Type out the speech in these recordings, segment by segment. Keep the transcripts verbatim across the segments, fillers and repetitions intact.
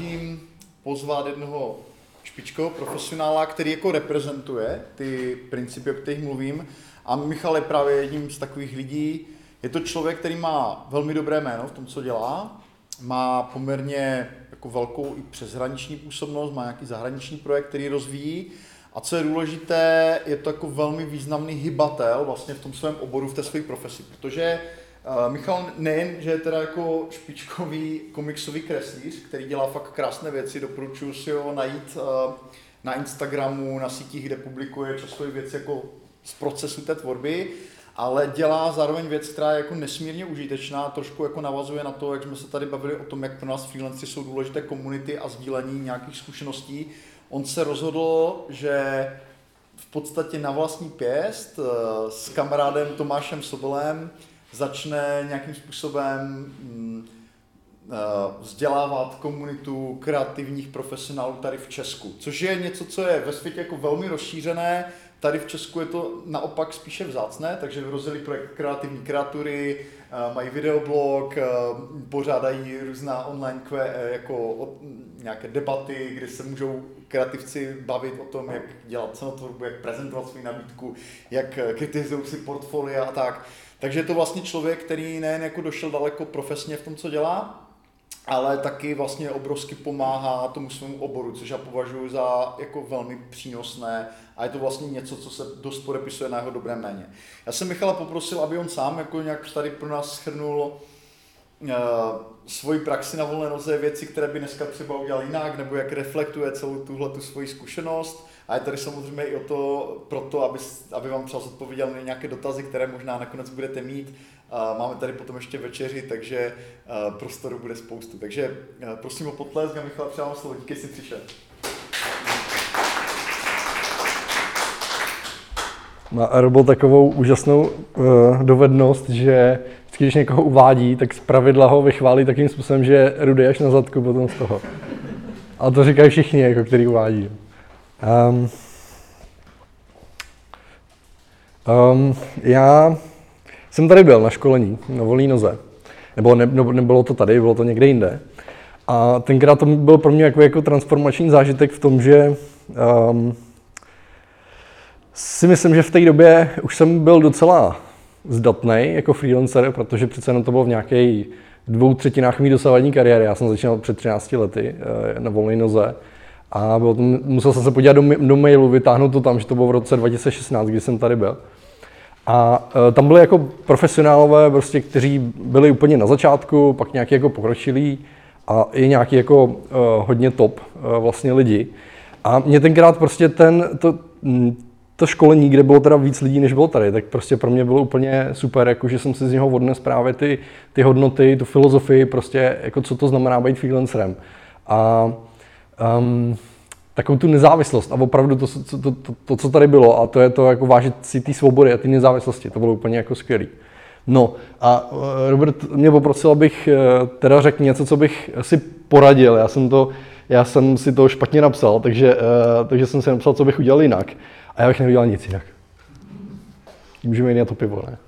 snažím pozvat jednoho špičkového profesionála, který jako reprezentuje ty principy, o kterých mluvím. A Michal je právě jedním z takových lidí. Je to člověk, který má velmi dobré jméno v tom, co dělá. Má poměrně jako velkou i přeshraniční působnost, má nějaký zahraniční projekt, který rozvíjí. A co je důležité, je to jako velmi významný hybatel vlastně v tom svém oboru, v té své profesi, protože uh, Michal nejen, že je teda jako špičkový komiksový kreslíř, který dělá fakt krásné věci, doporučuji si ho najít uh, na Instagramu, na sítích, kde publikuje časové věci jako z procesu té tvorby, ale dělá zároveň věc, která je jako nesmírně užitečná, trošku jako navazuje na to, jak jsme se tady bavili o tom, jak pro nás freelanceri jsou důležité komunity a sdílení nějakých zkušeností. On se rozhodl, že v podstatě na vlastní pěst s kamarádem Tomášem Sobolem začne nějakým způsobem vzdělávat komunitu kreativních profesionálů tady v Česku, což je něco, co je ve světě jako velmi rozšířené. Tady v Česku je to naopak spíše vzácné, takže rozjeli projekt Kreativní kreatury, mají videoblog, pořádají různá online jako nějaké debaty, kde se můžou kreativci bavit o tom, jak dělat cenotvorbu, jak prezentovat svou nabídku, jak kritizují si portfolia a tak. Takže je to vlastně člověk, který nejen jako došel daleko profesně v tom, co dělá, ale taky vlastně obrovsky pomáhá tomu svému oboru, což já považuji za jako velmi přínosné a je to vlastně něco, co se dost podepisuje na jeho dobrém jméně. Já jsem Michala poprosil, aby on sám jako nějak tady pro nás shrnul uh, svoji praxi na volné noze, věci, které by dneska třeba udělal jinak, nebo jak reflektuje celou tuhle tu svoji zkušenost. A je tady samozřejmě i o to, proto, aby, aby vám třeba odpověděl na nějaké dotazy, které možná nakonec budete mít. Uh, máme tady potom ještě večeři, takže uh, prostoru bude spoustu. Takže uh, prosím o potlesk a Michal, předávám slovo, díky, jsi přišel. Má Robo takovou úžasnou uh, dovednost, že vždycky, když někoho uvádí, tak zpravidla ho vychválí takým způsobem, že rudý až na zadku potom z toho. A to říkají všichni, jako, který uvádí. Um, um, já jsem tady byl na školení na volné noze, nebo ne, ne, nebylo to tady, bylo to někde jinde. A tenkrát to byl pro mě jako, jako transformační zážitek v tom, že um, si myslím, že v té době už jsem byl docela zdatnej jako freelancer, protože přece jenom to bylo v nějakých dvou třetinách mý dosavadní kariéry. Já jsem začínal před třinácti lety na volné noze a bylo to, musel jsem se podívat do, do mailu, vytáhnout to tam, že to bylo v roce dva tisíce šestnáct, kdy jsem tady byl. A uh, tam byli jako profesionálové, prostě, kteří byli úplně na začátku, pak nějaký jako pokročilí a i nějaký jako uh, hodně top uh, vlastně lidi. A mě tenkrát prostě ten, to, to školení, kde bylo teda víc lidí, než bylo tady, tak prostě pro mě bylo úplně super, jako, že jsem si z něho odnes právě ty, ty hodnoty, tu filozofii, prostě jako co to znamená být freelancerem. A um, takovou tu nezávislost a opravdu to, to, to, to, to, co tady bylo, a to je to jako vážit si té svobody a ty nezávislosti, to bylo úplně jako skvělý. No a Robert mě poprosil, abych teda řekl něco, co bych si poradil, já jsem, to, já jsem si to špatně napsal, takže, takže jsem si napsal, co bych udělal jinak a já bych neudělal nic jinak. Můžeme jít na to pivo, ne?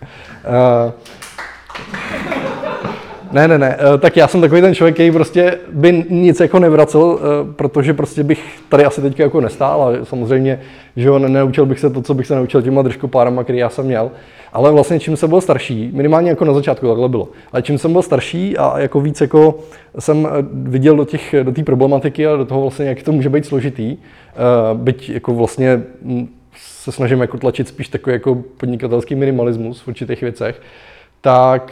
Ne, ne, ne, tak já jsem takový ten člověk, který prostě by nic jako nevracel, protože prostě bych tady asi teďka jako nestál a samozřejmě, že jo, nenaučil bych se to, co bych se naučil těma držkopárama, který já jsem měl, ale vlastně čím jsem byl starší, minimálně jako na začátku takhle bylo, ale čím jsem byl starší a jako víc jako jsem viděl do těch, do té problematiky a do toho vlastně, jak to může být složitý, byť jako vlastně se snažím jako tlačit spíš takový jako podnikatelský minimalismus v určitých věcech, tak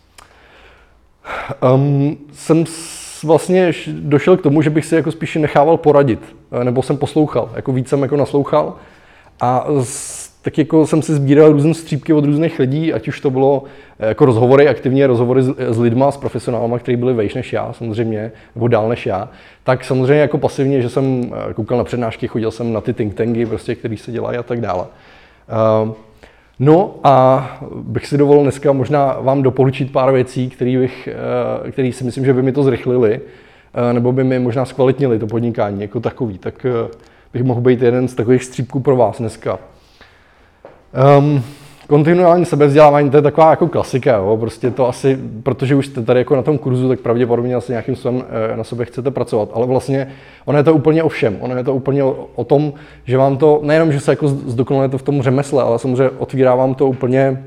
Um, jsem vlastně došel k tomu, že bych si jako spíše nechával poradit, nebo jsem poslouchal, jako víc jsem jako naslouchal a z, tak jako jsem si sbíral různé střípky od různých lidí, ať už to bylo jako rozhovory, aktivně rozhovory s, s lidma, s profesionálama, kteří byli vejš než já samozřejmě, nebo dál než já, tak samozřejmě jako pasivně, že jsem koukal na přednášky, chodil jsem na ty think tanky, prostě, který se dělají a tak dále. Uh, No a bych si dovolil dneska možná vám doporučit pár věcí, které bych, který si myslím, že by mi to zrychlili, nebo by mi možná zkvalitnili to podnikání jako takový, tak bych mohl být jeden z takových střípků pro vás dneska. Um, kontinuální sebevzdělávání, to je taková jako klasika, jo? Prostě to asi, protože už jste tady jako na tom kurzu, tak pravděpodobně asi nějakým způsobem na sobě chcete pracovat, ale vlastně ono je to úplně o všem, ono je to úplně o, o tom, že vám to, nejenom, že se jako zdokonalujete v tom řemesle, ale samozřejmě otvírá vám to úplně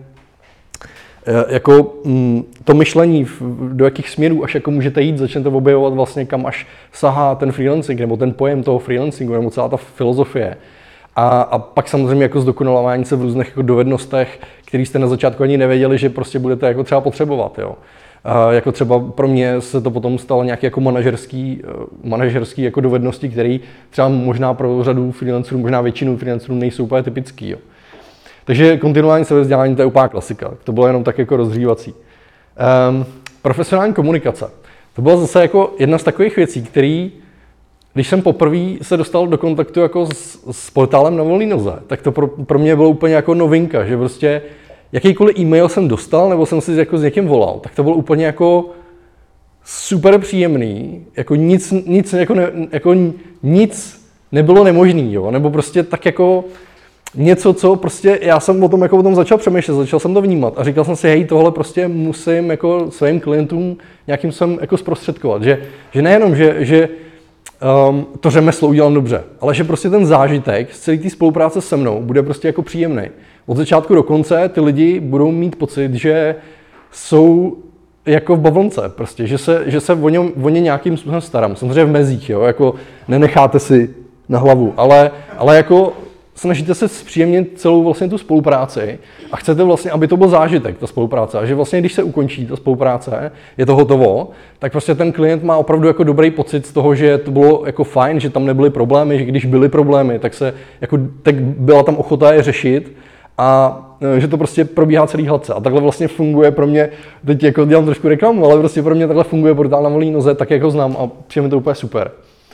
jako to myšlení, do jakých směrů až jako můžete jít, začnete objevovat vlastně, kam až sahá ten freelancing, nebo ten pojem toho freelancingu, nebo celá ta filozofie. A, a pak samozřejmě jako zdokonalování se v různých jako dovednostech, které jste na začátku ani nevěděli, že prostě budete jako třeba potřebovat. Jo. A jako třeba pro mě se to potom stalo nějaké jako manažerský, manažerský jako dovednosti, které třeba možná pro řadu freelancerů, možná většinu freelancerů nejsou úplně typický. Jo. Takže kontinuální sebevzdělání, to je úplná klasika. To bylo jenom tak jako rozhřívací. Um, profesionální komunikace. To byla zase jako jedna z takových věcí, který, když jsem poprvé se dostal do kontaktu jako s, s portálem na volné noze, tak to pro, pro mě bylo úplně jako novinka, že prostě jakýkoliv e-mail jsem dostal, nebo jsem si jako s někým volal, tak to bylo úplně jako super příjemný, jako nic, nic, jako ne, jako nic nebylo nemožný, jo? Nebo prostě tak jako něco, co prostě, já jsem o tom, jako o tom začal přemýšlet, začal jsem to vnímat a říkal jsem si, hej, tohle prostě musím jako svým klientům nějakým způsobem jako zprostředkovat, že, že nejenom, že, že um, to řemeslo udělám dobře, ale že prostě ten zážitek z celé té spolupráce se mnou bude prostě jako příjemný. Od začátku do konce ty lidi budou mít pocit, že jsou jako v bavlnce prostě, že se, že se o, ně, o ně nějakým způsobem starám, samozřejmě v mezích, jo, jako nenecháte si na hlavu, ale, ale jako snažíte se zpříjemnit celou vlastně tu spolupráci a chcete vlastně, aby to byl zážitek, ta spolupráce. A že vlastně, když se ukončí ta spolupráce, je to hotovo, tak prostě ten klient má opravdu jako dobrý pocit z toho, že to bylo jako fajn, že tam nebyly problémy, že když byly problémy, tak se jako, tak byla tam ochota je řešit a že to prostě probíhá celý hladce. A takhle vlastně funguje pro mě, teď jako dělám trošku reklamu, ale prostě pro mě takhle funguje portál na volné noze, tak jako znám a přijde mi to úplně super.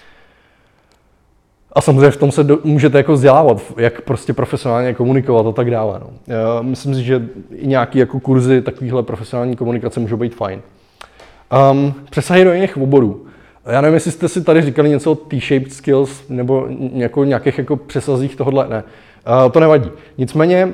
A samozřejmě v tom se do, můžete jako vzdělávat, jak prostě profesionálně komunikovat a tak dále. No. Já myslím si, že i nějaké jako kurzy takovéhle profesionální komunikace můžou být fajn. Um, přesahy do jiných oborů. Já nevím, jestli jste si tady říkali něco o T-shaped skills nebo nějakou, nějakých jako přesazích tohohle, ne. Uh, to nevadí. Nicméně,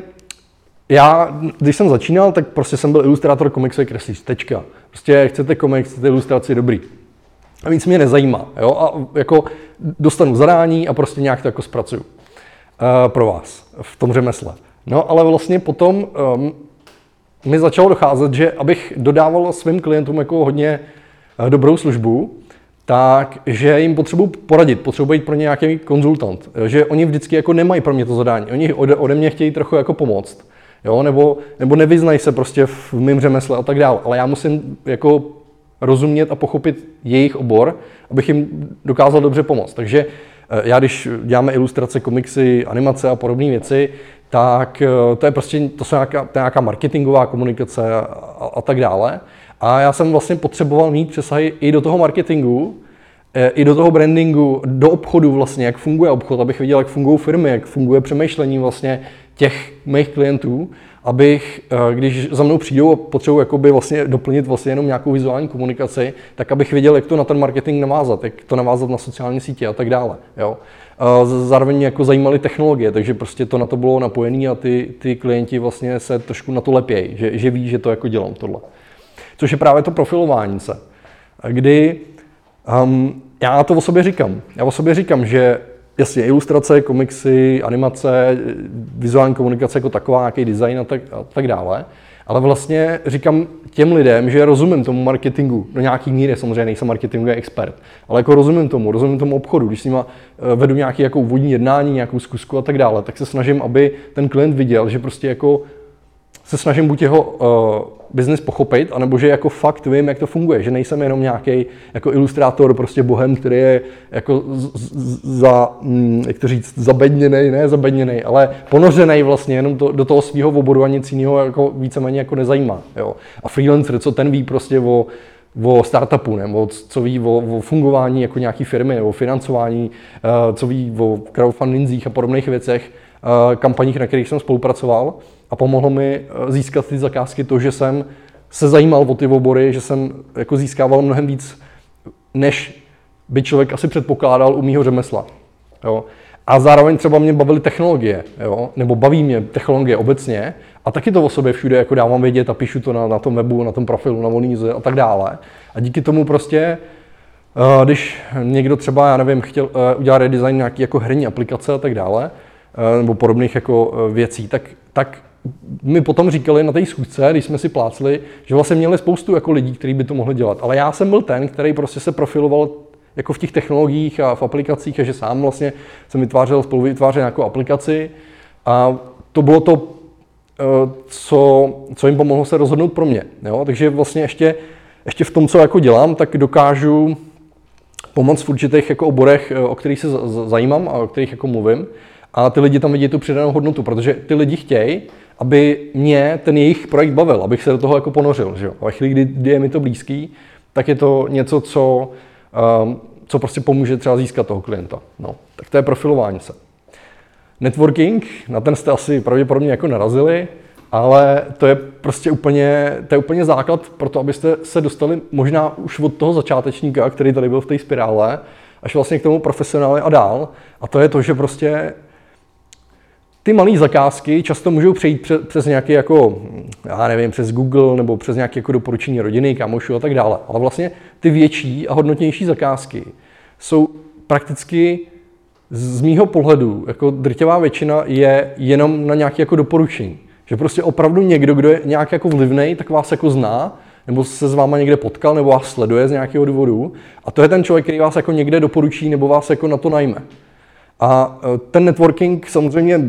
já, když jsem začínal, tak prostě jsem byl ilustrátor, komiksový kreslíř, tečka. Prostě chcete komiks, chcete ilustraci, dobrý. A víc mě nezajímá, jo, a jako dostanu zadání a prostě nějak to jako zpracuju uh, pro vás v tom řemesle. No, ale vlastně potom um, mi začalo docházet, že abych dodával svým klientům jako hodně uh, dobrou službu, tak, že jim potřebuji poradit, potřebuji být pro ně nějaký konzultant, že oni vždycky jako nemají pro mě to zadání, oni ode, ode mě chtějí trochu jako pomoct, jo, nebo, nebo nevyznají se prostě v mém řemesle a tak dále, ale já musím jako rozumět a pochopit jejich obor, abych jim dokázal dobře pomoct. Takže já, když děláme ilustrace, komiksy, animace a podobné věci, tak to je prostě, to jsou nějaká, to je nějaká marketingová komunikace a, a, a tak dále. A já jsem vlastně potřeboval mít přesahy i do toho marketingu, i do toho brandingu, do obchodu vlastně, jak funguje obchod, abych viděl, jak fungují firmy, jak funguje přemýšlení vlastně těch mých klientů, abych, když za mnou přijdou a potřebuji jakoby vlastně doplnit vlastně jenom nějakou vizuální komunikaci, tak abych věděl, jak to na ten marketing navázat, jak to navázat na sociální sítě a tak dále. Jo. Zároveň mě jako zajímaly technologie, takže prostě to na to bylo napojené a ty, ty klienti vlastně se trošku na to lepějí, že, že ví, že to jako dělám tohle. Což je právě to profilování se, kdy um, já to o sobě říkám. Já o sobě říkám, že jasně, ilustrace, komiksy, animace, vizuální komunikace jako taková, nějaký design a tak, a tak dále. Ale vlastně říkám těm lidem, že rozumím tomu marketingu, do nějaký míry, samozřejmě nejsem marketingový expert, ale jako rozumím tomu, rozumím tomu obchodu, když s nima vedu nějaké jako úvodní jednání, nějakou zkusku a tak dále, tak se snažím, aby ten klient viděl, že prostě jako se snažím buď jeho uh, biznis pochopit, anebo že jako fakt vím, jak to funguje, že nejsem jenom nějaký jako ilustrátor, prostě bohem, který je jako z, z, za, hm, jak to říct, zabedněnej, ne zabedněnej, ale ponořenej vlastně jenom to, do toho svého oboru a nic jiného jako víceméně jako nezajímá. Jo. A freelancer, co ten ví prostě o, o startupu, nebo co ví o, o fungování jako nějaký firmy, nebo financování, uh, co ví o crowdfundingzích a podobných věcech, uh, kampaních, na kterých jsem spolupracoval. A pomohlo mi získat ty zakázky to, že jsem se zajímal o ty obory, že jsem jako získával mnohem víc, než by člověk asi předpokládal u mýho řemesla. Jo. A zároveň třeba mě bavily technologie, jo? Nebo baví mě technologie obecně a taky to o sobě všude jako dávám vědět a píšu to na, na tom webu, na tom profilu, na volný a tak dále. A díky tomu prostě, uh, když někdo třeba, já nevím, chtěl uh, udělat redesign nějaký jako herní aplikace a tak dále, uh, nebo podobných jako uh, věcí, tak, tak mi potom říkali na té schůzce, když jsme si plácli, že vlastně měli spoustu jako lidí, kteří by to mohli dělat. Ale já jsem byl ten, který prostě se profiloval jako v těch technologiích a v aplikacích, a že sám vlastně jsem vytvářel, spolu vytvářel nějakou aplikaci a to bylo to, co, co jim pomohlo se rozhodnout pro mě. Jo? Takže vlastně ještě, ještě v tom, co jako dělám, tak dokážu pomoct v určitých jako oborech, o kterých se zajímám a o kterých jako mluvím. A ty lidi tam vidí tu přidanou hodnotu, protože ty lidi chtějí, aby mě ten jejich projekt bavil, abych se do toho jako ponořil. Že jo? A ve chvíli, kdy, kdy je mi to blízký, tak je to něco, co, um, co prostě pomůže třeba získat toho klienta. No, tak to je profilování se. Networking, na ten jste asi pravděpodobně jako narazili, ale to je prostě úplně, to je úplně základ pro to, abyste se dostali možná už od toho začátečníka, který tady byl v té spirále, až vlastně k tomu profesionáli a dál. A to je to, že prostě ty malé zakázky často můžou přejít přes, přes nějaký jako, já nevím, přes Google nebo přes nějaké jako doporučení rodiny, kamošů a tak dále. Ale vlastně ty větší a hodnotnější zakázky jsou prakticky z mýho pohledu, jako drtivá většina je jenom na nějaké jako doporučení. Že prostě opravdu někdo, kdo je nějak jako vlivnej, tak vás jako zná, nebo se s váma někde potkal, nebo vás sleduje z nějakého důvodu. A to je ten člověk, který vás jako někde doporučí, nebo vás jako na to najme. A ten networking samozřejmě,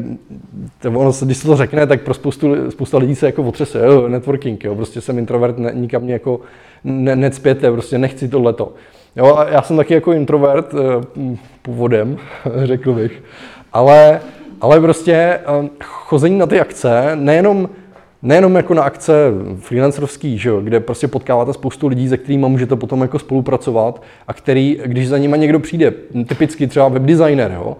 ono, když se to řekne, tak pro spoustu, spousta lidí se jako otřese, jo, networking, jo, prostě jsem introvert, ne, nikam mě jako ne, necpěte, prostě nechci tohleto. Jo, a já jsem taky jako introvert původem, řekl bych, ale, ale prostě chození na ty akce, nejenom, nejenom jako na akce freelancerovský, že jo, kde prostě potkáváte spoustu lidí, se kterými můžete potom jako spolupracovat a který, když za nima někdo přijde, typicky třeba webdesigner, jo,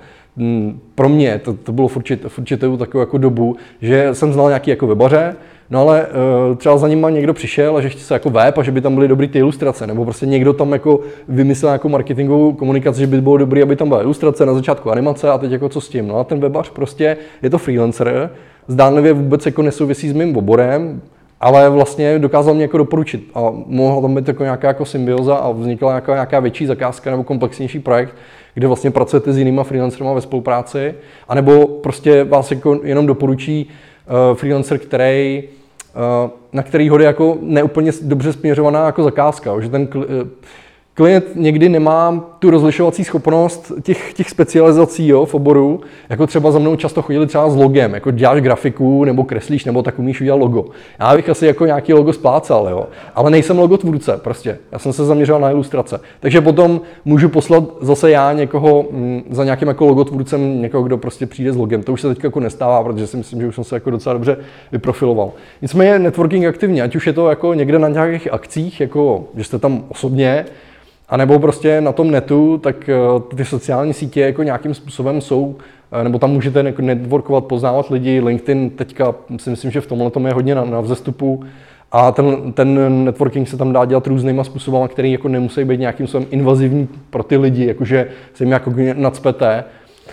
pro mě to, to bylo v, určit, v určitou takovou jako dobu, že jsem znal nějaký jako webaře, no ale uh, třeba za nima někdo přišel a že chtěl se jako web a že by tam byly dobrý ty ilustrace, nebo prostě někdo tam jako vymyslel jako marketingovou komunikaci, že by bylo dobrý, aby tam byla ilustrace, na začátku animace a teď jako co s tím. No a ten webař prostě je to freelancer, zdánlivě vůbec jako nesouvisí s mým oborem, ale vlastně dokázal mě jako doporučit a mohla tam být jako nějaká jako symbioza a vznikla nějaká, nějaká větší zakázka nebo komplexnější projekt, kde vlastně pracujete s jinýma freelancerama ve spolupráci, anebo prostě vás jako jenom doporučí uh, freelancer, který, uh, na kterýho jde jako neúplně dobře směřovaná jako zakázka, že ten uh, klient někdy nemá tu rozlišovací schopnost těch, těch specializací, jo, v oboru, jako třeba za mnou často chodili třeba s logem, jako děláš grafiku nebo kreslíš, nebo tak umíš udělat logo. Já bych asi jako nějaký logo splácal, jo, ale nejsem logotvůrce prostě, já jsem se zaměřoval na ilustrace. Takže potom můžu poslat zase já někoho m, za nějakým jako logotvůrcem, někoho, kdo prostě přijde s logem. To už se teď jako nestává, protože si myslím, že už jsem se jako docela dobře vyprofiloval. Nicméně networking aktivně, ať už je to jako někde na nějakých akcích, jako že jste tam osobně, a nebo prostě na tom netu, tak ty sociální sítě jako nějakým způsobem jsou, nebo tam můžete networkovat, poznávat lidi. LinkedIn teďka si myslím, že v tomhle tom je hodně na, na vzestupu a ten, ten networking se tam dá dělat různýma způsoby, který jako nemusí být nějakým způsobem invazivní pro ty lidi, jakože se jim jako nacpete.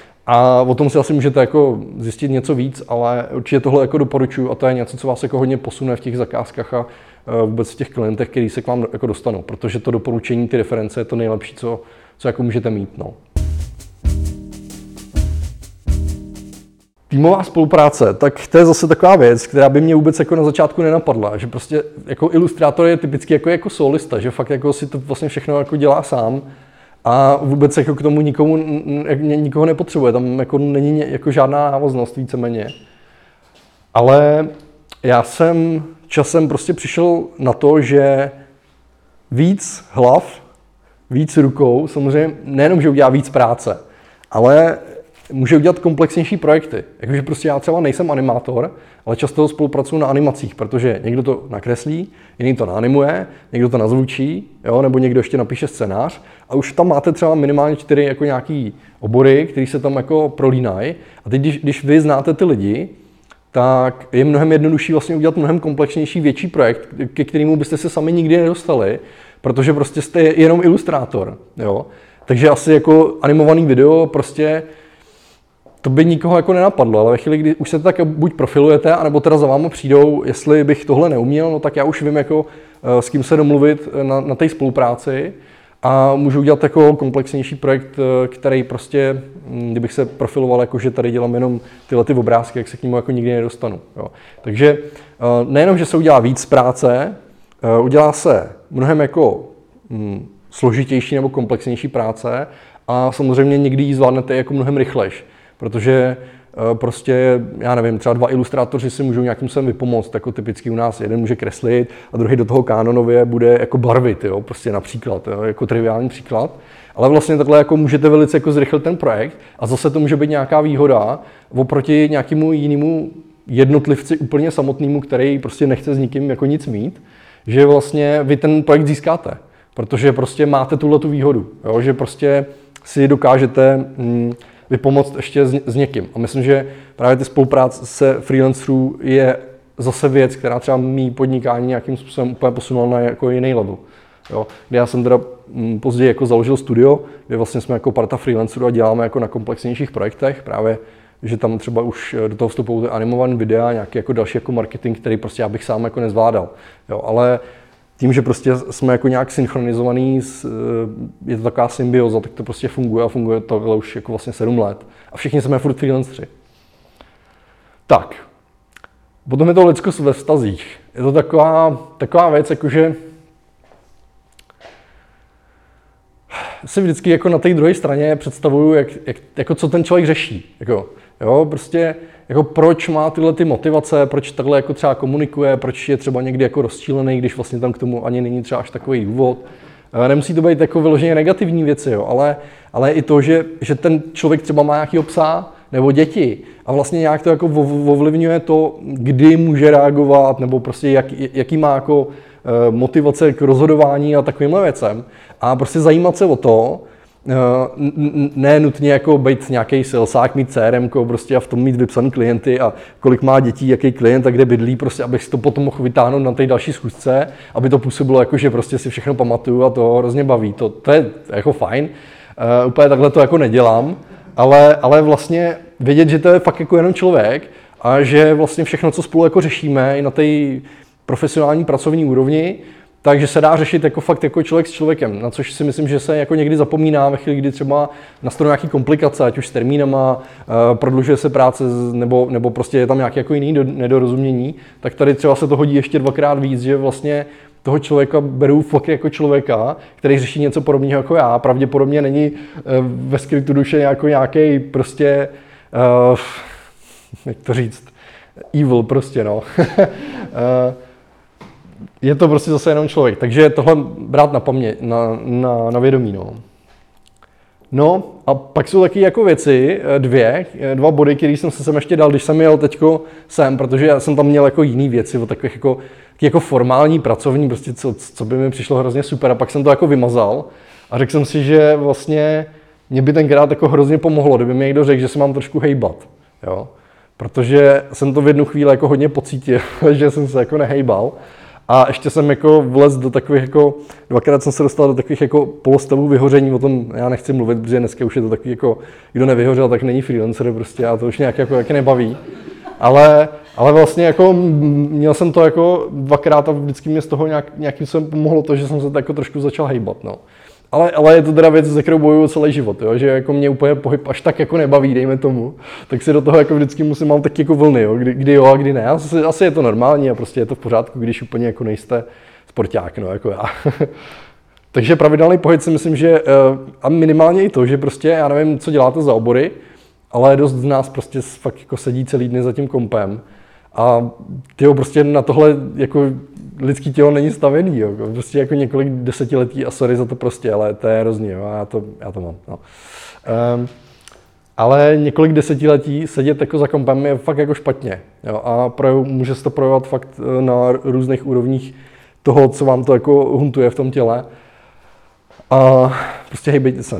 A o tom si asi můžete jako zjistit něco víc, ale určitě tohle jako doporučuji a to je něco, co vás jako hodně posune v těch zakázkách a vůbec v těch klientech, který se k vám jako dostanou, protože to doporučení, ty reference je to nejlepší, co, co jako můžete mít. No. Týmová spolupráce, tak to je zase taková věc, která by mě vůbec jako na začátku nenapadla, že prostě jako ilustrátor je typicky jako, jako solista, že fakt jako si to vlastně všechno jako dělá sám a vůbec jako k tomu nikomu, nikoho nepotřebuje, tam jako není jako žádná návaznost víceméně. Ale já jsem časem prostě přišel na to, že víc hlav, víc rukou, samozřejmě nejenom, že udělá víc práce, ale může udělat komplexnější projekty. Jakože prostě já třeba nejsem animátor, ale často spolupracuji na animacích, protože někdo to nakreslí, jiný to naanimuje, někdo to nazvučí, jo, nebo někdo ještě napíše scénář a už tam máte třeba minimálně čtyři jako nějaký obory, které se tam jako prolínají. A teď, když, když vy znáte ty lidi, tak je mnohem jednodušší vlastně udělat mnohem komplexnější, větší projekt, ke kterému byste se sami nikdy nedostali, protože prostě jste jenom ilustrátor, jo. Takže asi jako animovaný video prostě to by nikoho jako nenapadlo, ale ve chvíli, kdy už se tak buď profilujete, anebo teda za vámi přijdou, jestli bych tohle neuměl, no tak já už vím, jako, s kým se domluvit na, na té spolupráci a můžu udělat jako komplexnější projekt, který prostě, kdybych se profiloval, jako že tady dělám jenom tyhle ty obrázky, jak se k němu jako nikdy nedostanu. Jo. Takže nejenom, že se udělá víc práce, udělá se mnohem jako hm, složitější nebo komplexnější práce a samozřejmě někdy ji zvládnete jako mnohem rychlejš. Protože prostě, já nevím, třeba dva ilustrátoři si můžou nějakým způsobem vypomoct, jako typicky u nás jeden může kreslit a druhý do toho kanonově bude jako barvit, jo, prostě například, jo, jako triviální příklad. Ale vlastně takhle jako můžete velice jako zrychlit ten projekt a zase to může být nějaká výhoda oproti nějakému jinému jednotlivci úplně samotnému, který prostě nechce s nikým jako nic mít, že vlastně vy ten projekt získáte, protože prostě máte tuhletu výhodu, jo, že prostě si dokážete mm, vypomoct ještě s, s někým. A myslím, že právě ty spolupráce se freelancerů je zase věc, která třeba mý podnikání nějakým způsobem úplně posunula na jako jiný level. Jo. Kde já jsem teda m, později jako založil studio, kde vlastně jsme jako parta freelancerů a děláme jako na komplexnějších projektech, právě že tam třeba už do toho vstupují animované videa, nějaký jako další jako marketing, který prostě já bych sám jako nezvládal. Jo. Ale tím, že prostě jsme jako nějak synchronizovaný, je to taková symbioza, tak to prostě funguje a funguje to už jako vlastně sedm let. A všichni jsme furt freelanceri. Tak, potom je to lidsko ve vztazích. Je to taková, taková věc, jakože si vždycky jako na té druhé straně představuju, jak, jak, jako co ten člověk řeší. Jako, jo, prostě jako proč má tyhle ty motivace, proč takhle jako třeba komunikuje, proč je třeba někdy jako rozčílený, když vlastně tam k tomu ani není třeba až takový důvod. Nemusí to být jako vyloženě negativní věci, jo, ale, ale i to, že, že ten člověk třeba má nějakýho psa nebo děti a vlastně nějak to jako ovlivňuje to, kdy může reagovat nebo prostě jak, jaký má jako motivace k rozhodování a takovýmhle věcem. A prostě zajímat se o to, ne nutně jako být nějaký salesák, mít C R M prostě a v tom mít vypsaný klienty a kolik má dětí, jaký klient a kde bydlí, prostě abych si to potom mohl vytáhnout na té další schůzce, aby to působilo jako, že prostě si všechno pamatuju a to hrozně baví. To, to je jako fajn. Uh, úplně takhle to jako nedělám, ale, ale vlastně vědět, že to je fakt jako jenom člověk a že vlastně všechno, co spolu jako řešíme i na té profesionální pracovní úrovni, takže se dá řešit jako fakt jako člověk s člověkem, na což si myslím, že se jako někdy zapomíná ve chvíli, kdy třeba nastanou nějaký komplikace, ať už s termínama, prodlužuje se práce nebo, nebo prostě je tam nějaké jako jiný nedorozumění, tak tady třeba se to hodí ještě dvakrát víc, že vlastně toho člověka beru fakt jako člověka, který řeší něco podobného jako já, pravděpodobně není ve skrytu duše jako nějaký prostě, uh, jak to říct, evil prostě, no. uh, Je to prostě zase jenom člověk, takže tohle brát na paměť, na, na, na vědomí. No. no a pak jsou taky jako věci, dvě, dva body, které jsem se sem ještě dal, když jsem jel teďko sem, protože já jsem tam měl jako jiný věci, o takových jako, jako formální, pracovní, prostě co, co by mi přišlo hrozně super a pak jsem to jako vymazal a řekl jsem si, že vlastně mě by tenkrát jako hrozně pomohlo, kdyby mi někdo řekl, že se mám trošku hejbat, jo. Protože jsem to v jednu chvíli jako hodně pocítil, že jsem se jako nehejbal. A ještě jsem jako vlez do takových jako, dvakrát jsem se dostal do takových jako polostavů vyhoření, o tom já nechci mluvit, protože dneska už je to takový jako, kdo nevyhořel, tak není freelancer prostě a to už nějak jako taky nebaví. Ale, ale vlastně jako měl jsem to jako dvakrát a vždycky mě z toho nějak, nějakým způsobem pomohlo to, že jsem se tak jako trošku začal hejbat, no. Ale, ale je to teda věc, se kterou bojuju celý život, jo? Že jako mě úplně pohyb až tak jako nebaví, dejme tomu, tak si do toho jako vždycky musím, mám taky jako vlny, jo? Kdy, kdy jo a kdy ne. Asi, asi je to normální a prostě je to v pořádku, když úplně jako nejste sporták, no, jako já. Takže pravidelný pohyb si myslím, že a minimálně i to, že prostě, já nevím, co děláte za obory, ale dost z nás prostě fakt jako sedí celý dny za tím kompem a tyjo, prostě na tohle jako lidský tělo není stavený, jo. Prostě jako několik desetiletí a sorry za to prostě, ale to je hrozný, jo. Já to, já to mám. No. Um, ale několik desetiletí sedět jako za kompem je fakt jako špatně, jo. A projev, může se to projevovat fakt na různých úrovních toho, co vám to jako huntuje v tom těle. A prostě hejbejte se, no.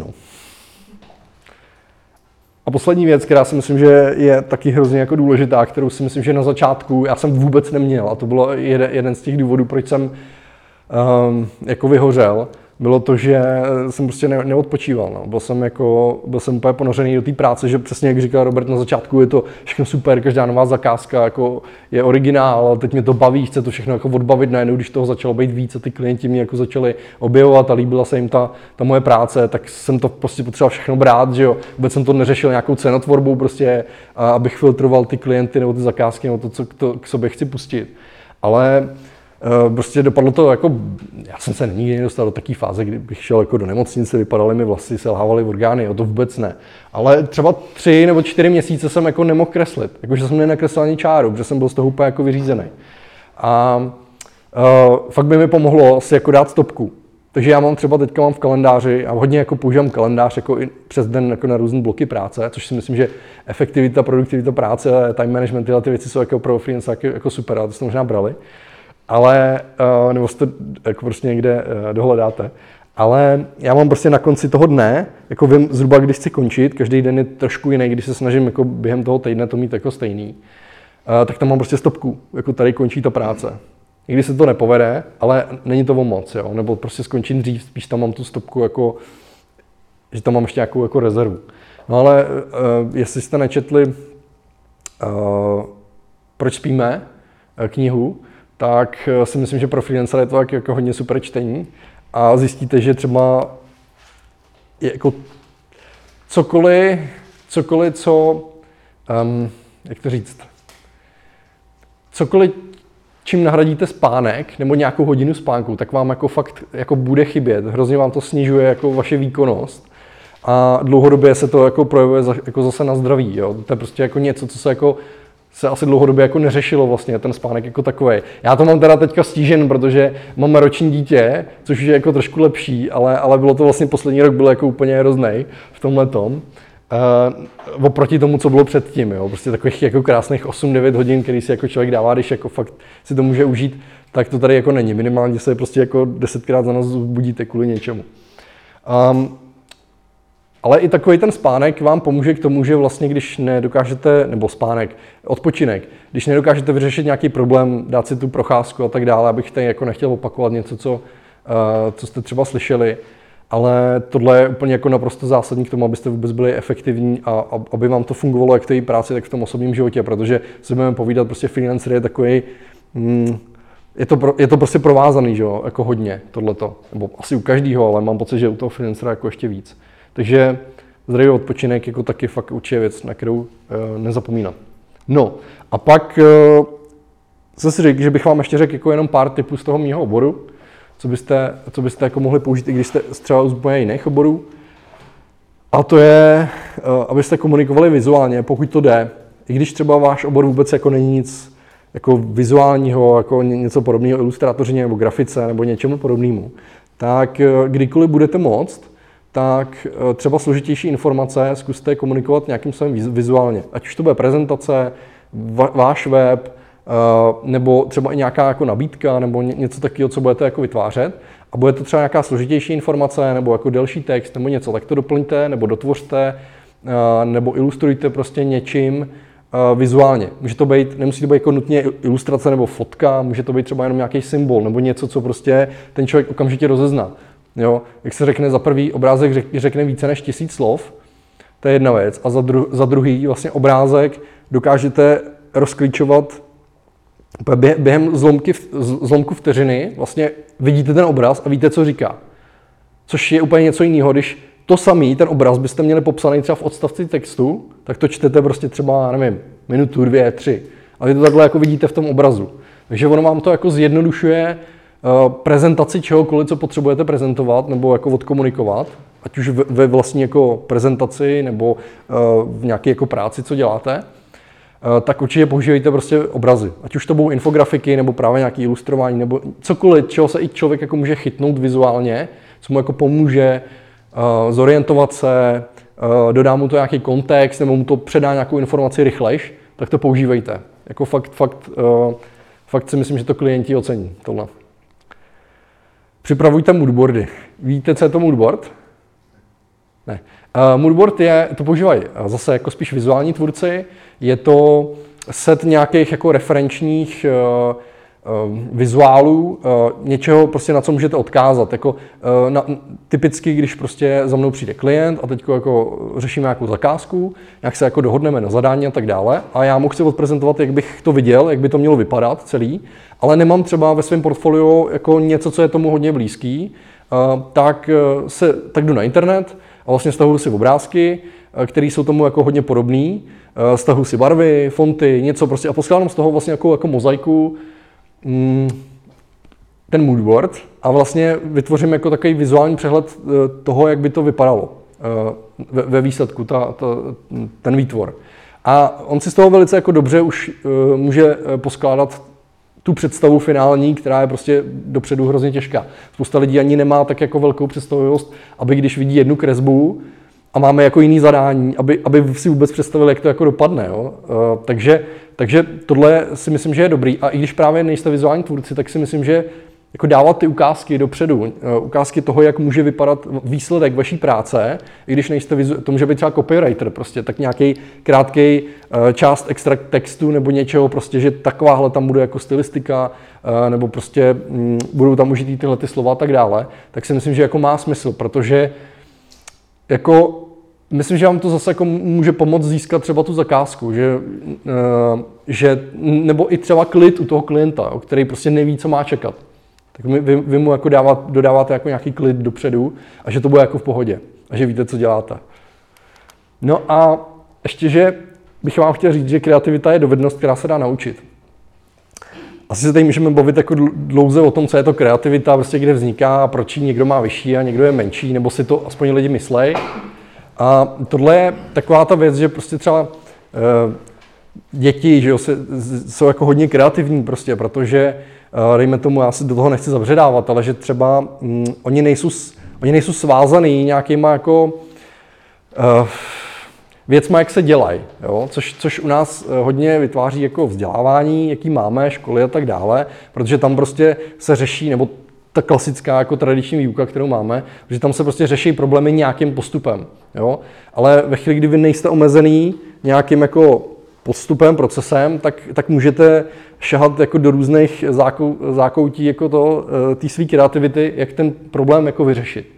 A poslední věc, která si myslím, že je taky hrozně jako důležitá, kterou si myslím, že na začátku já jsem vůbec neměl a to bylo jeden, jeden z těch důvodů, proč jsem um, jako vyhořel, bylo to, že jsem prostě ne, neodpočíval. No. Byl jsem jako, byl jsem úplně ponořený do té práce, že přesně jak říkal Robert na začátku, je to všechno super, každá nová zakázka jako je originál, ale teď mě to baví, chce to všechno jako odbavit najednou, když toho začalo být víc a ty klienti mě jako začali objevovat a líbila se jim ta, ta moje práce, tak jsem to prostě potřeboval všechno brát, že jo. Vůbec jsem to neřešil nějakou cenotvorbou, prostě, abych filtroval ty klienty nebo ty zakázky nebo to, co to k sobě chci pustit. Ale Uh, prostě dopadlo to jako, já jsem se nikdy nedostal do takové fáze, kdy bych šel jako do nemocnice, vypadaly mi vlasy, selhávaly orgány, o to vůbec ne. Ale třeba tři nebo čtyři měsíce jsem jako nemohl kreslit, jakože jsem nenakreslil ani čáru, protože jsem byl z toho úplně jako vyřízený. A uh, fakt by mi pomohlo si jako dát stopku. Takže já mám třeba teďka mám v kalendáři a hodně jako používám kalendář jako i přes den jako na různé bloky práce, což si myslím, že efektivita, produktivita práce, time management, tyhle ty věci jsou jako pro freelance jako, jako super, a to jste možná brali. Ale, uh, nebo si to jako prostě někde uh, dohledáte. Ale já mám prostě na konci toho dne, jako vím zhruba, kdy chci končit, každý den je trošku jiný, když se snažím jako během toho týdne to mít jako stejný, uh, tak tam mám prostě stopku, jako tady končí ta práce. Někdy se to nepovede, ale není to o moc, jo? Nebo prostě skončím dřív, spíš tam mám tu stopku, jako, že tam mám ještě nějakou jako rezervu. No ale uh, jestli jste nečetli uh, Proč spíme, uh, knihu, tak si myslím, že pro freelancer je to jako, jako hodně super čtení a zjistíte, že třeba je jako cokoliv, cokoliv, co, um, jak to říct, cokoliv, čím nahradíte spánek nebo nějakou hodinu spánku, tak vám jako fakt jako bude chybět, hrozně vám to snižuje jako vaše výkonnost a dlouhodobě se to jako projevuje za, jako zase na zdraví, jo? To je prostě jako něco, co se jako se asi dlouhodobě jako neřešilo vlastně, ten spánek jako takový. Já to mám teda teďka stížen, protože mám roční dítě, což je jako trošku lepší, ale, ale bylo to vlastně poslední rok bylo jako úplně hroznej v tomhletom. Uh, oproti tomu, co bylo předtím, jo. Prostě takových jako krásných osm devět hodin, který si jako člověk dává, když jako fakt si to může užít, tak to tady jako není. Minimálně se prostě jako desetkrát za noc budíte kvůli něčemu. Um, Ale i takový ten spánek vám pomůže k tomu, že vlastně když nedokážete, nebo spánek, odpočinek, když nedokážete vyřešit nějaký problém, dát si tu procházku a tak dále, abych tady jako nechtěl opakovat něco, co, uh, co jste třeba slyšeli, ale tohle je úplně jako naprosto zásadní k tomu, abyste vůbec byli efektivní a aby vám to fungovalo jak v té práci, tak v tom osobním životě, protože si budeme povídat, prostě freelancer je takový, mm, je to, pro, je to prostě provázaný, že jo, jako hodně tohleto, nebo asi u každého, ale mám pocit, že u toho freelancera jako ještě víc. Takže zdravý odpočinek jako taky fakt určitě věc, na kterou e, nezapomínat. No a pak e, jsem si řekl, že bych vám ještě řekl jako jenom pár tipů z toho mýho oboru, co byste, co byste jako mohli použít, i když jste třeba z úplně jiných oborů. A to je, e, abyste komunikovali vizuálně, pokud to jde. I když třeba váš obor vůbec jako není nic jako vizuálního, jako něco podobného ilustrátořině nebo grafice nebo něčemu podobnému, tak e, kdykoliv budete moct, tak třeba složitější informace zkuste komunikovat nějakým způsobem vizuálně. Ať už to bude prezentace, váš web, nebo třeba i nějaká jako nabídka, nebo něco takového, co budete jako vytvářet. A bude to třeba nějaká složitější informace, nebo jako delší text, nebo něco, tak to doplňte, nebo dotvořte, nebo ilustrujte prostě něčím vizuálně. Může to být, nemusí to být jako nutně ilustrace nebo fotka, může to být třeba jenom nějaký symbol, nebo něco, co prostě ten člověk okamžitě rozezná. Jo, jak se řekne, za prvý obrázek řek, řekne více než tisíc slov, to je jedna věc, a za, dru, za druhý vlastně obrázek dokážete rozklíčovat během zlomky, zlomku vteřiny, vlastně vidíte ten obraz a víte, co říká. Což je úplně něco jiného, když to samý, ten obraz byste měli popsaný třeba v odstavci textu, tak to čtete prostě třeba, nevím, minutu, dvě, tři. A vy to takhle jako vidíte v tom obrazu. Takže ono vám to jako zjednodušuje prezentaci čehokoliv, co potřebujete prezentovat nebo jako odkomunikovat, ať už ve vlastní jako prezentaci nebo v nějaké jako práci, co děláte, tak určitě používejte prostě obrazy. Ať už to budou infografiky nebo právě nějaké ilustrování nebo cokoliv, čeho se i člověk jako může chytnout vizuálně, co mu jako pomůže zorientovat se, dodá mu to nějaký kontext nebo mu to předá nějakou informaci rychlejš, tak to používejte. Jako fakt, fakt, fakt si myslím, že to klienti ocení tohle. Připravujte moodboardy. Víte, co je to moodboard? Ne. Uh, moodboard je, to používají zase jako spíš vizuální tvůrci, je to set nějakých jako referenčních uh, vizuálů, něčeho prostě na co můžete odkázat. Jako, na, typicky, když prostě za mnou přijde klient a teď jako řešíme nějakou zakázku, jak se jako dohodneme na zadání a tak dále a já mu chci odprezentovat, jak bych to viděl, jak by to mělo vypadat celý, ale nemám třeba ve svém portfoliu jako něco, co je tomu hodně blízký, tak, se, tak jdu na internet a vlastně stahuju si obrázky, které jsou tomu jako hodně podobný, stahuju si barvy, fonty, něco prostě a poskládám z toho vlastně jako, jako mozaiku ten moodboard a vlastně vytvořím jako takový vizuální přehled toho, jak by to vypadalo ve, ve výsledku, ta, ta, ten výtvor. A on si z toho velice jako dobře už může poskládat tu představu finální, která je prostě dopředu hrozně těžká. Spousta lidí ani nemá tak jako velkou představivost, aby když vidí jednu kresbu a máme jako jiný zadání, aby, aby si vůbec představili, jak to jako dopadne. Jo? Uh, takže, takže tohle si myslím, že je dobrý. A i když právě nejste vizuální tvůrci, tak si myslím, že jako dávat ty ukázky dopředu, uh, ukázky toho, jak může vypadat výsledek vaší práce, i když nejste vizu- to může být třeba copywriter, prostě tak nějaký krátký uh, část extrakt textu nebo něčeho, prostě, že takováhle tam bude jako stylistika, uh, nebo prostě um, budou tam užitý tyhle ty slova a tak dále, tak si myslím, že jako má smysl, protože jako myslím, že vám to zase jako může pomoct získat třeba tu zakázku, že, uh, že nebo i třeba klid u toho klienta, který prostě neví, co má čekat. Tak vy, vy mu jako dávat, dodáváte jako nějaký klid dopředu a že to bude jako v pohodě a že víte, co děláte. No a ještě, že bych vám chtěl říct, že kreativita je dovednost, která se dá naučit. Asi se tady můžeme bavit jako dlouze o tom, co je to kreativita, prostě kde vzniká a proč někdo má vyšší a někdo je menší, nebo si to aspoň lidi myslej. A tohle je taková ta věc, že prostě třeba e, děti, že jo, se, jsou jako hodně kreativní prostě, protože e, dejme tomu, já se do toho nechci zabředávat, ale že třeba mm, oni, nejsou, oni nejsou svázaný nějakýma jako e, věcma, jak se dělají, jo? Což, což u nás hodně vytváří jako vzdělávání, jaký máme, školy a tak dále, protože tam prostě se řeší, nebo ta klasická jako tradiční výuka, kterou máme, že tam se prostě řeší problémy nějakým postupem, jo? Ale ve chvíli, kdy vy nejste omezený nějakým jako postupem, procesem, tak, tak můžete šahat jako do různých zákou, zákoutí jako to, té své kreativity, jak ten problém jako vyřešit.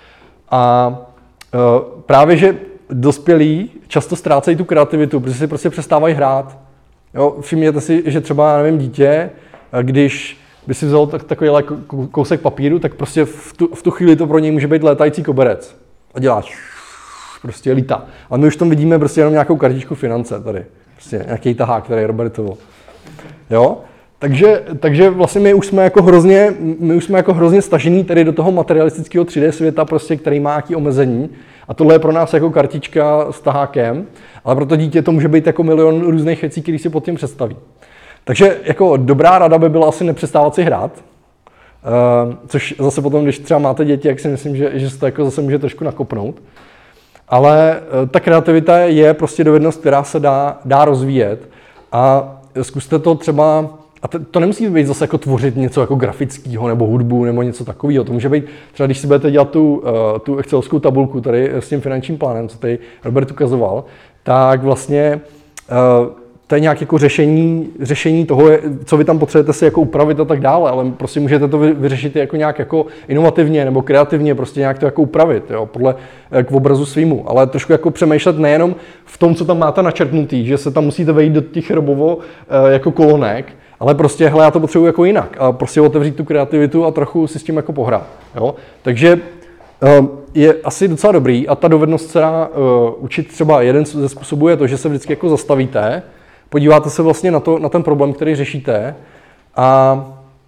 A právě, že dospělí často ztrácejí tu kreativitu, protože si prostě přestávají hrát. Jo, všimněte si, že třeba, já nevím, dítě, když by si vzal tak, takový kousek papíru, tak prostě v tu, v tu chvíli to pro něj může být létající koberec. A dělá prostě lítá. Ale my už tam vidíme prostě jenom nějakou kartičku finance tady. Prostě nějaký tahák, který je Robertovo. Jo? Takže, takže vlastně my už jsme jako hrozně, my už jsme jako hrozně stažený tady do toho materialistického tři dé světa, prostě, který má nějaké omezení. A tohle je pro nás jako kartička s tahákem, ale pro to dítě to může být jako milion různých věcí, které si pod tím představí. Takže jako dobrá rada by byla asi nepřestávat si hrát, uh, což zase potom, když třeba máte děti, jak si myslím, že, že se to jako zase může trošku nakopnout. Ale uh, ta kreativita je prostě dovednost, která se dá, dá rozvíjet a zkuste to třeba, a to, to nemusí být zase jako tvořit něco jako grafického nebo hudbu nebo něco takového. To může být třeba, když si budete dělat tu, uh, tu excelovskou tabulku tady s tím finančním plánem, co tady Robert ukazoval, tak vlastně uh, to je nějaké jako řešení, řešení toho, co vy tam potřebujete si jako upravit a tak dále, ale prostě můžete to vyřešit jako nějak jako inovativně nebo kreativně, prostě nějak to jako upravit, jo, podle k obrazu svýmu, ale trošku jako přemýšlet nejenom v tom, co tam máte načrtnutý, že se tam musíte vejít do těch robovo jako kolonek, ale prostě, hele, já to potřebuji jako jinak a prostě otevřít tu kreativitu a trochu si s tím jako pohrát, jo. Takže je asi docela dobrý a ta dovednost se dá učit třeba jeden ze způsobů je to, že se vždycky jako zastavíte, podíváte se vlastně na, to, na ten problém, který řešíte a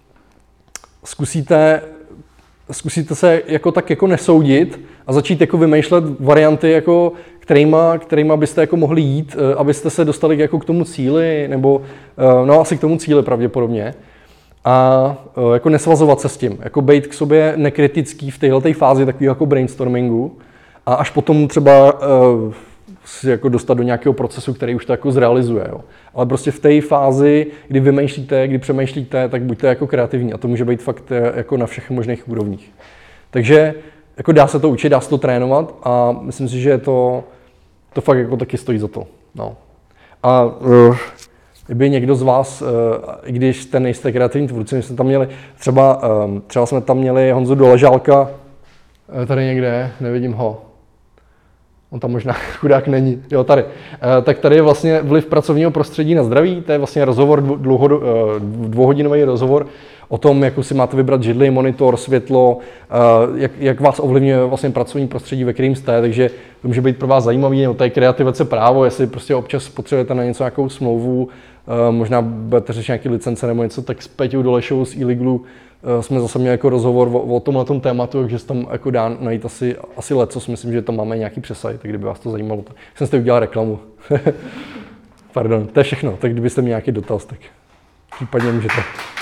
zkusíte, zkusíte se jako tak jako nesoudit a začít jako vymýšlet varianty, jako kterýma, kterýma byste jako mohli jít, abyste se dostali jako k tomu cíli, nebo no asi k tomu cíli pravděpodobně. A jako nesvazovat se s tím, jako být k sobě nekritický v této fázi takového jako brainstormingu a až potom třeba si jako dostat do nějakého procesu, který už to jako zrealizuje. Jo. Ale prostě v té fázi, kdy vymýšlíte, kdy přemýšlíte, tak buďte jako kreativní a to může být fakt jako na všech možných úrovních. Takže jako dá se to učit, dá se to trénovat a myslím si, že to, to fakt jako taky stojí za to. No. A uh, Kdyby někdo z vás, i když jste nejste kreativní tvůrci, my jsme tam měli, třeba, třeba jsme tam měli Honzu Doležálka, tady někde, nevidím ho. On tam možná chudák není, jo tady. E, tak tady je vlastně vliv pracovního prostředí na zdraví, to je vlastně rozhovor, dlouho, dvouhodinový rozhovor o tom, jak si máte vybrat židli, monitor, světlo, e, jak, jak vás ovlivňuje vlastně pracovní prostředí, ve kterým jste, takže to může být pro vás zajímavý, no, to je kreativace právo, jestli prostě občas potřebujete na něco nějakou smlouvu, e, možná budete řešit nějaký licence nebo něco, tak s Peťou Dolešovou z Iliglu jsme zase měli jako rozhovor o, o tomhle tom tématu, takže se tam jako dá najít asi, asi lecos, myslím, že tam máme nějaký přesah, tak kdyby vás to zajímalo, tak jsem si udělal reklamu. Pardon, to je všechno, tak kdybyste měli nějaký dotaz, tak případně můžete.